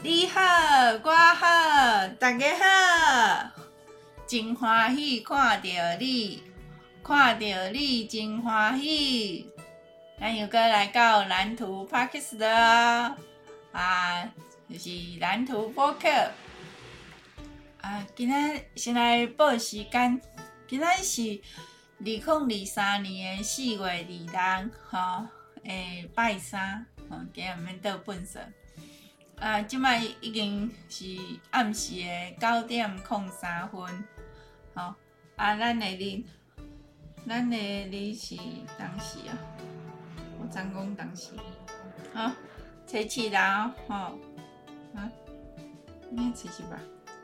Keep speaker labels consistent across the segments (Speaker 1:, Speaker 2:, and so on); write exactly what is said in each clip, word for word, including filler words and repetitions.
Speaker 1: 你好，我好，大家好，真欢喜看到你，看到你真欢喜。咱又搁来到蓝图 Podcast 了啊，就是蓝图播客啊。今仔先来报时间，今仔是二零二三年的四月二日，吼，诶，拜三，吼，今日毋免倒粪扫。啊，即摆已经是暗时的九点零三分，吼啊，咱的日，咱的日是当时啊，我怎讲当时？好，初七啦，吼，啊，应该初七吧？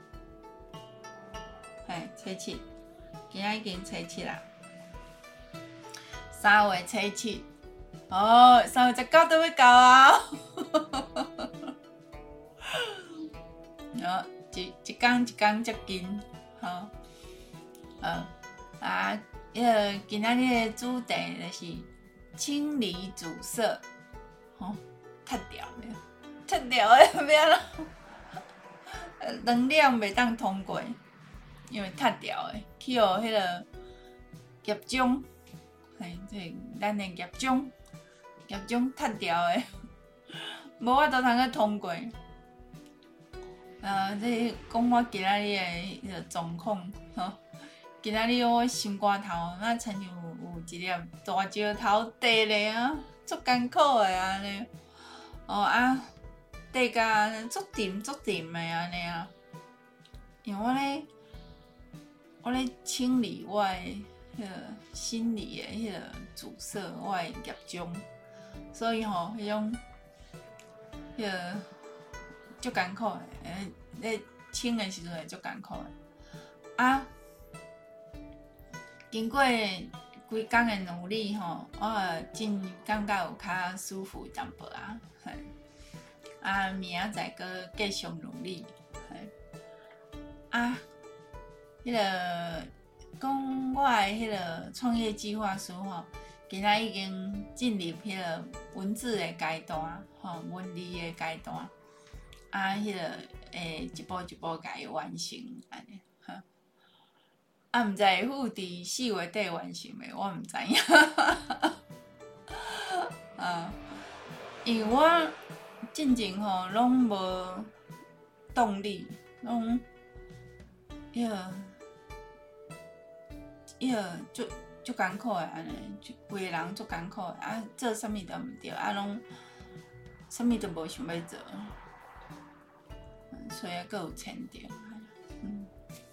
Speaker 1: 嘿，初七，今仔已经初七啦，三月初七，哦，三月十九都要到啊！哦，一一天一天接近，吼，呃啊，迄个今仔日的主题就是清理阻塞，吼，踢掉的，踢掉的要安怎？能量袂当通过，因为踢掉的，去互迄个业障，嘿，即咱的业障，业障踢掉的，无法度通去通过。呃，这讲我今仔日的迄个状况，吼，今仔日我心肝头，那亲像有一粒大石头跌咧啊，足艰苦的安尼，哦啊，跌甲足沉足沉的安尼啊，因为我咧，我咧清理我的迄个心理的迄个阻塞，我的业障，所以吼，迄种迄个。足艰苦的，诶，咧清的时阵会足艰苦的。啊，经过规工的努力吼，我真感觉有较舒服淡薄啊，嘿。啊，明仔载搁继续努力，嘿。啊，迄、那个讲我的迄个创业计划书吼，今仔已经进入迄个文字的阶段，吼，文字的阶段。啊，迄、那个诶，一步一步甲伊完成安尼，哈。啊，毋知会赴伫四月底完成诶，我毋知影。啊，因为我进前吼拢无动力，拢迄、那个迄、那个足足艰苦诶安尼，规个人足艰苦诶，啊，做啥物都毋对，啊，拢啥物都无想要做。所以还有前程，嗯，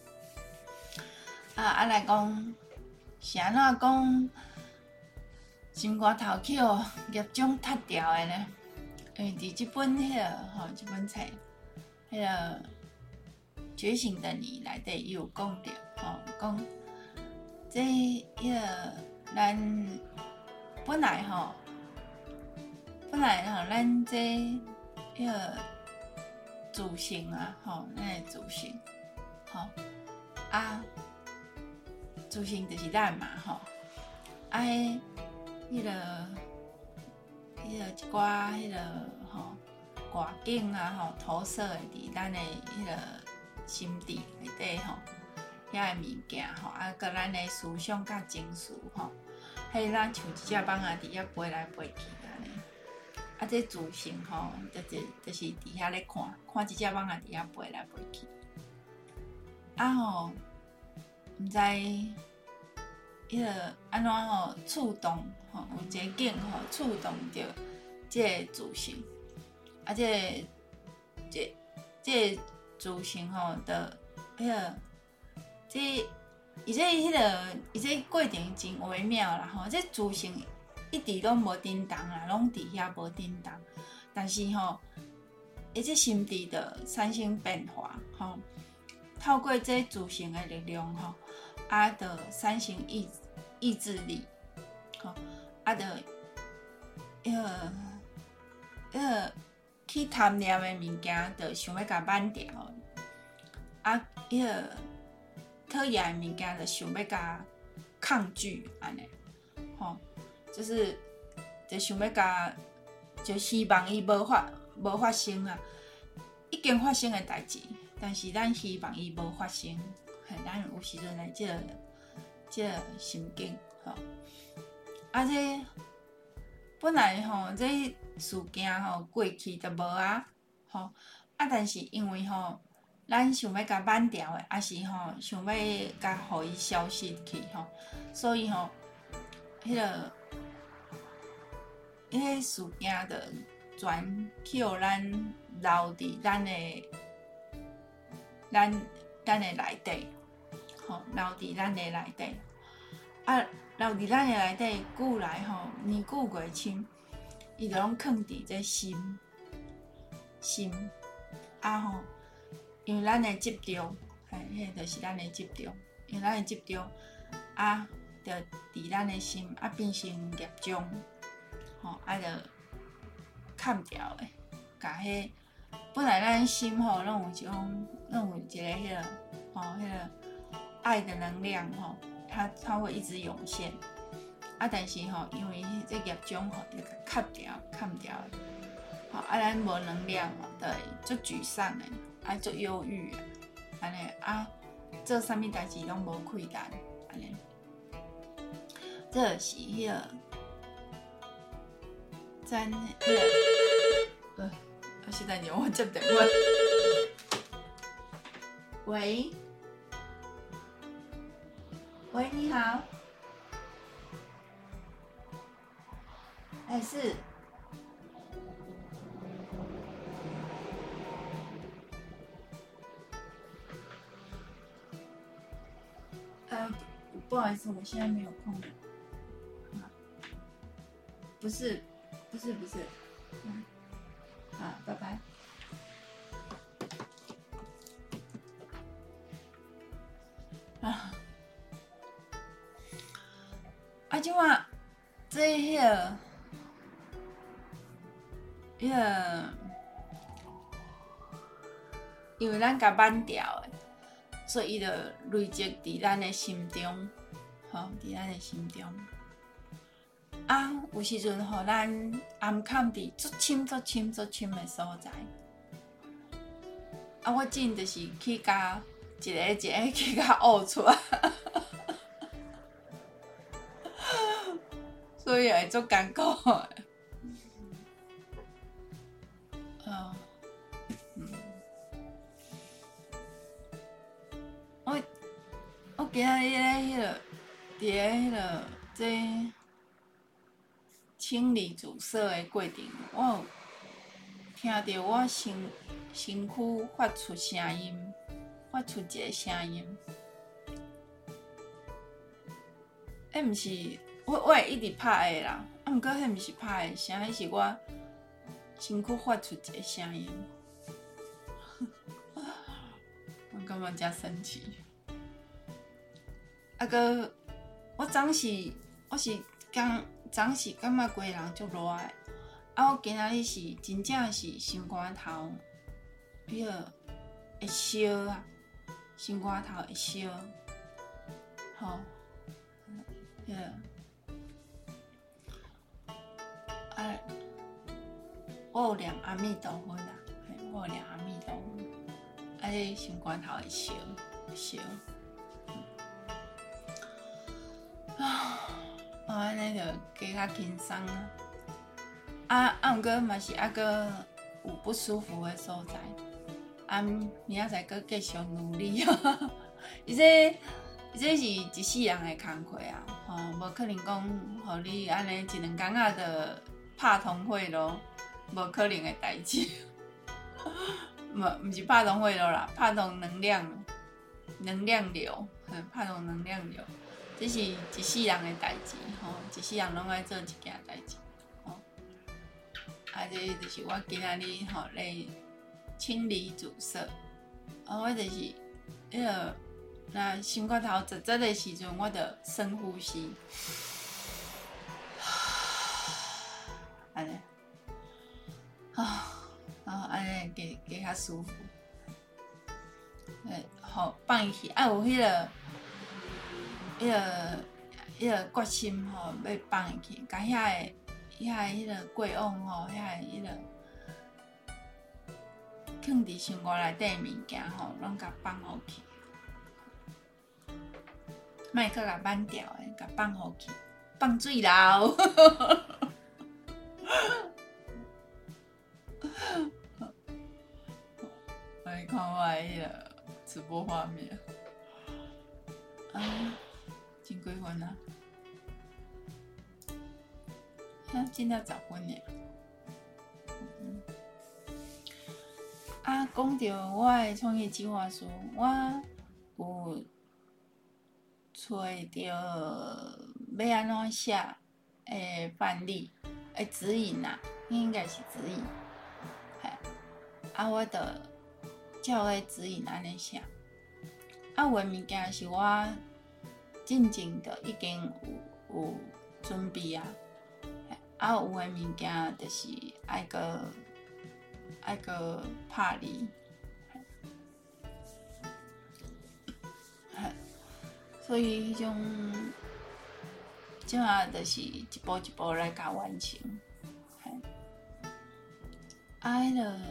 Speaker 1: 啊啊来讲，是安怎讲心肝头去互业障踢掉的呢？因为伫即本迄、那个吼，即本册，迄、那个觉醒的你内底有讲着，吼，讲这迄、那个咱本来吼，本来吼，咱这迄、那个。自性啊，吼，咱的自性，吼啊，自性就是咱嘛，吼，啊，迄、迄个、迄个一寡迄个吼外境啊，吼投射的伫咱的迄个心地内底吼，遐个物件吼，啊，甲咱的思想甲情绪吼，迄咱像一只蠓仔伫遐飞来飞去。啊，这自性吼，就是就是伫遐咧看，看一只蠓仔伫遐飞来飞去。啊吼，毋知迄个安怎吼触动吼，有一个景吼触动着这个自性。啊，这个、这、这个自性吼的迄个，这伊这迄个伊这过程真微妙啦吼，这自性。一直拢无震动啦，拢伫遐无震动。但是吼，伊这心智的产生变化，吼，透过这自性的力量，吼，啊，着产生意意志力，吼，啊，着迄个迄个去贪念的物件，着想要甲挽掉，啊，迄个讨厌的物件，着想要甲抗拒安尼，吼。就是，就想要甲，就希望伊无发无发生啊， 已经发生的代志，但是咱希望伊无发生。嘿，咱有时阵来即个即个心境吼。啊，这本来吼，这事件吼过去就无啊，吼啊，但是因为吼，咱想要甲挽掉的，还是吼想要甲互伊消失去吼，所以吼，迄、那个迄个事件的全去互咱留伫咱的咱咱的内底，吼，留伫咱的内底，啊。留伫咱的内底久来吼，年久月深，伊就拢藏伫这心心啊吼，因为咱的执着，嘿，迄个就是咱的执着，因为咱的执着啊，就伫咱的心啊变成业障，吼啊就砍掉的，甲迄本来咱心吼，拢有一种，拢有一个迄个吼，迄个爱的能量吼。它它会一直涌现，啊，但是吼，因为这业障吼，就甲砍掉、砍掉的，吼，啊，咱无能量吼，对，足沮丧的，啊，足忧郁的，安尼啊，做啥物代志拢无困难，安尼，这是迄、那个，咱迄、那个，呃，啊，现在让我接电话，喂。喂，你好。哎，是。呃，不好意思，我现在没有空。啊，不是，不是，不是。嗯。好，拜拜。啊。啊，即马这迄、那个、迄、那个，因为咱甲挽掉的，所以伊就累积伫咱的心中，吼，伫咱的心中。啊，有时阵吼，咱暗藏伫足深、足深、足深的所在。啊，我真就是去甲一个一个去甲挖出来。所以会足艰苦的，呃，嗯，我我今仔日咧迄个，伫咧迄个这清理阻塞的过程，我有听到我身身躯发出声音，发出一个声音，迄毋是。我我会一直拍的啦，啊，毋过迄毋是拍的声，迄是我身躯发出一个声音，我感觉真神奇。啊个，我总是我是刚总是感觉规个人足热的，啊，我今仔日是真正是心肝头，迄个会烧啊，心肝头会烧，吼，迄个。啊，我有念阿弥陀佛啦，我有念阿弥陀佛，啊，迄心肝头会烧烧，啊，啊，安尼就加较轻松啊，啊啊，毋过嘛是还阁有不舒服的所在，啊，明仔载阁继续努力哦，伊这伊这是一世人的工课啊，吼、哦，无可能讲，互你安尼一两工仔就。拍通血咯，无可能的代志。无，毋是拍通血咯啦，拍通能量，能量流，拍通能量流，这是一世人的代志，吼，一世人拢爱做一件代志，吼。啊，这就是我今仔日吼咧清理阻塞，啊，我就是迄个，若心肝头窒窒的时阵，我着深呼吸。安尼，啊，然后安尼加加较舒服，诶，好放伊去，啊有迄、那个、迄、那个、迄个决心吼，要放伊去，甲遐个、遐个迄个过往吼，遐个迄个藏伫心肝内底的物件吼，拢甲放互去，莫搁甲挽掉的，甲放互去，放水流。来看我迄个直播画面，啊，真几分啊？啊，真了十分尔。嗯、啊，讲到我的创业计划书，我有找到要安怎写诶范例诶指引啦，应该是指引。嘿，啊，我著照迄指引安尼写。啊，有诶物件是我进前著已经有有准备啊。啊，有诶物件就是爱个爱个拍字，所以迄种即马就是一步一步来甲完成。啊，迄个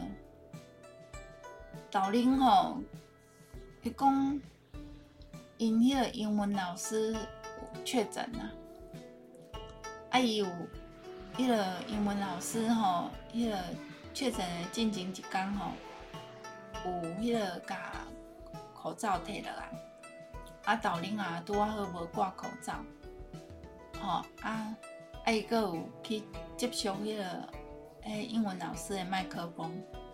Speaker 1: 豆奶吼，伊讲因迄个英文老师确诊啊，啊伊有。迄个英文老师吼，迄个确诊的进前一天吼，有迄个甲口罩摕落来，啊豆奶啊拄啊好无挂口罩，吼啊啊伊阁有去接触迄个迄英文老师的麦克风，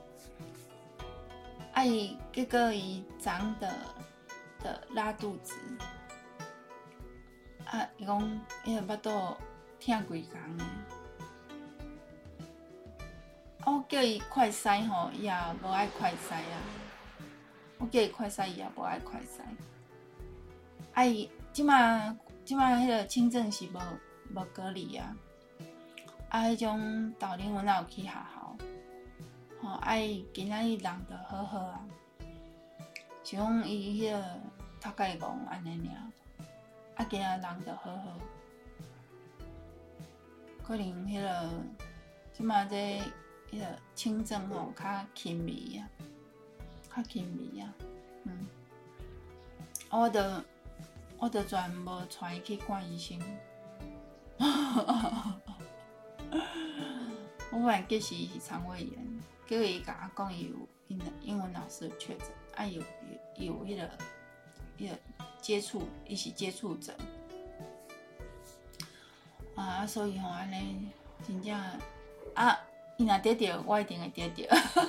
Speaker 1: 啊伊结果伊昨的的拉肚子，啊伊讲迄个巴肚疼规工的。我叫伊快筛吼，伊也无爱快筛啊。我叫伊快筛，伊也无爱快筛。啊，伊即马即马迄个轻症是无无隔离啊。啊，迄种豆奶阮也有去学校，吼，啊伊今仔日人着好好啊。是讲伊迄个头家讲安尼尔，啊今仔人着好好。可能迄个即马这。迄个轻症吼，较轻微啊，较轻微啊，嗯，我着我着全无带伊去看医生，我本来计是是肠胃炎，结果伊甲我讲伊有英英文老师有确诊，啊有有有迄个迄个接触，伊是接触者，啊，所以吼安尼真正啊。伊若得着，我一定会得着。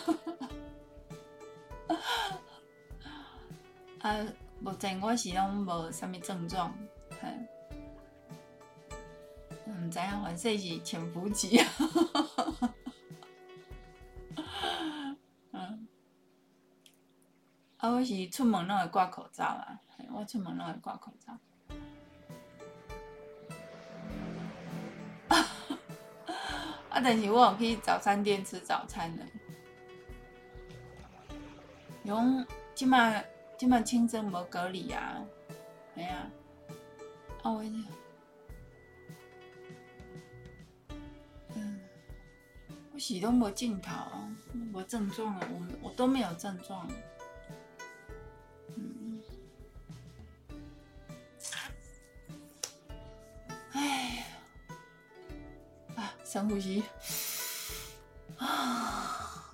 Speaker 1: 啊，目前我是拢无啥物症状，嘿，毋知影，反正是潜伏期。嗯，啊，我是出门拢会挂口罩啊，我出门拢会挂口罩。啊！但是我有去早餐店吃早餐的。用即马即马轻症无隔离啊，系啊，啊我，嗯，我是拢无镜头，无症状啊，我我都没有症状。嗯，哎。深呼吸，啊，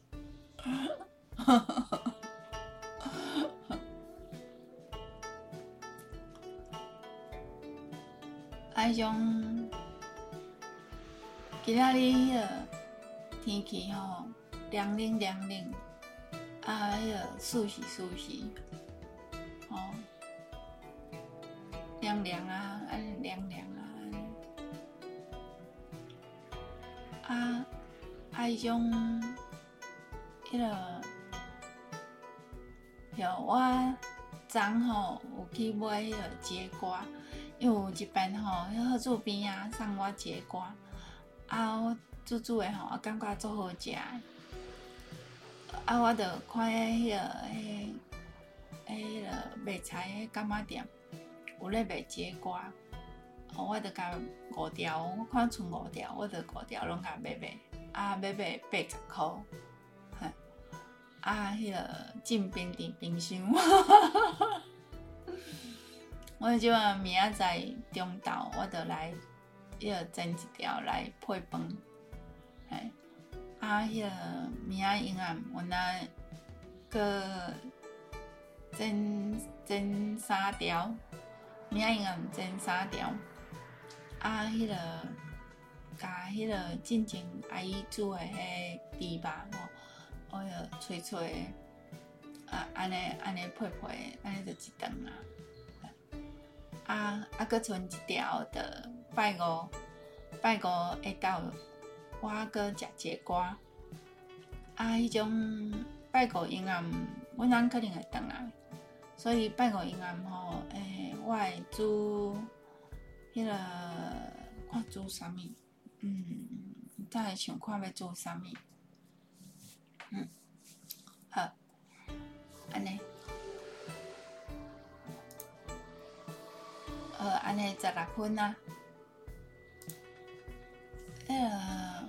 Speaker 1: 迄种今仔日迄个天气吼，凉冷凉冷，啊，迄个舒适舒适，吼，凉凉啊，安尼凉凉啊。啊，啊，迄种，迄个，哟，我昨吼有去买迄个节瓜，因为有一边吼，迄合作边啊送我节瓜，啊，我煮煮诶吼，我感觉足好食，啊，我着看迄个，迄，迄个卖菜迄柑仔店有咧卖节瓜。哦，我着甲五条，我看剩五条，我着五条拢甲买买，啊，买买八十箍，嘿， 啊，迄、那个进冰伫冰箱。我即晚明仔载中昼，我就来迄个蒸一条来配饭。嘿，啊，迄、那个明仔阴暗，我若搁蒸蒸三条，明仔阴暗蒸三条。啊，迄、那个甲迄个进前阿姨煮的迄猪肉吼，哦哟脆脆的，啊安尼安尼配配，安尼就一顿啦。啊啊，搁剩一条的拜五，拜五下昼，我搁食节瓜。啊，迄种拜五阴暗，阮翁可能会转来，所以拜五阴暗吼，诶、欸，我会煮迄、那个看煮啥物，嗯，才会想看要煮啥物，嗯，好，安尼。呃，安尼十六分啊。呃，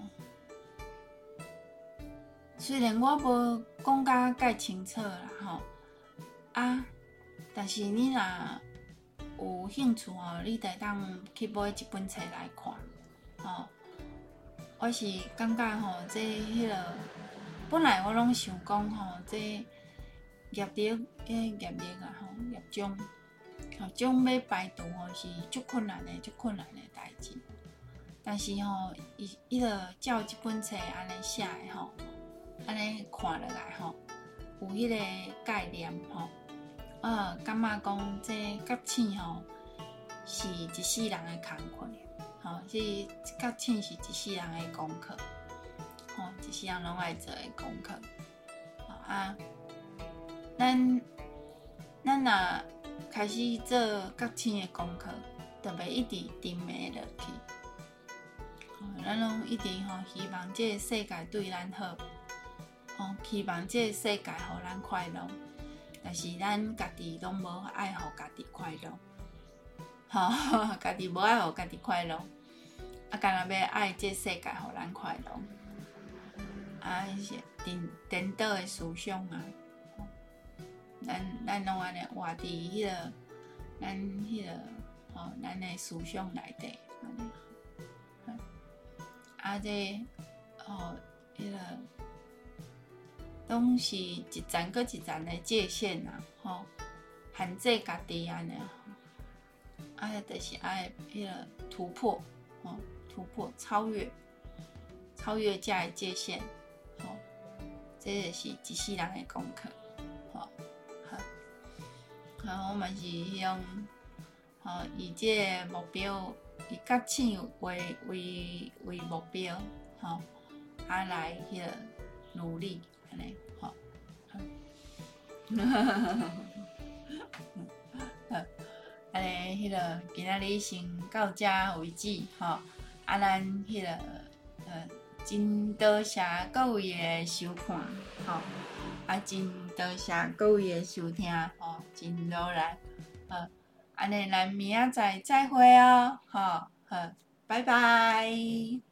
Speaker 1: 虽然我无讲甲介清楚啦吼，啊，但是你若有兴趣吼，你得当去买一本册来看，吼。我是感觉吼，这迄、那个本来我拢想讲吼，这业力，迄业力啊吼，业种。吼，种要排除吼是足困难的、足困难的代志。但是吼，伊伊著照即本册安尼写的吼，安尼看落来吼，有迄个概念吼，呃，感觉讲这觉醒吼是一世人的工课，吼，这觉醒是一世人的功课，吼，一世人拢爱做的功课。吼啊，咱咱若开始做觉醒的功课，就袂一直沉迷落去。咱拢一直吼希望这个世界对咱好，吼希望这个世界互咱快乐。但是咱家己拢无爱互家己快乐，吼，家己无爱互家己快乐，啊，干若要爱这个世界互咱快乐，啊，是颠颠倒的思想啊。咱咱拢安尼活伫迄个，咱迄、那个吼，咱的思想内底，安尼。啊，这吼，迄、那个拢是一层搁一层的界限呐，吼，限制家己安尼。啊，就是爱迄个突破，吼，突破超越，超越这个界限，吼，这就是一世人的功课。好，我嘛是希望，吼，以这个目标，以觉醒为为为目标，吼，啊来迄个努力，安尼，吼，安尼迄个今仔日先到这为止，吼，啊咱迄个呃，真多谢各位的收看，吼。啊，真多谢各位的收听，吼、哦，真努力，好，安尼咱明仔载再会哦，吼、哦，好，拜拜。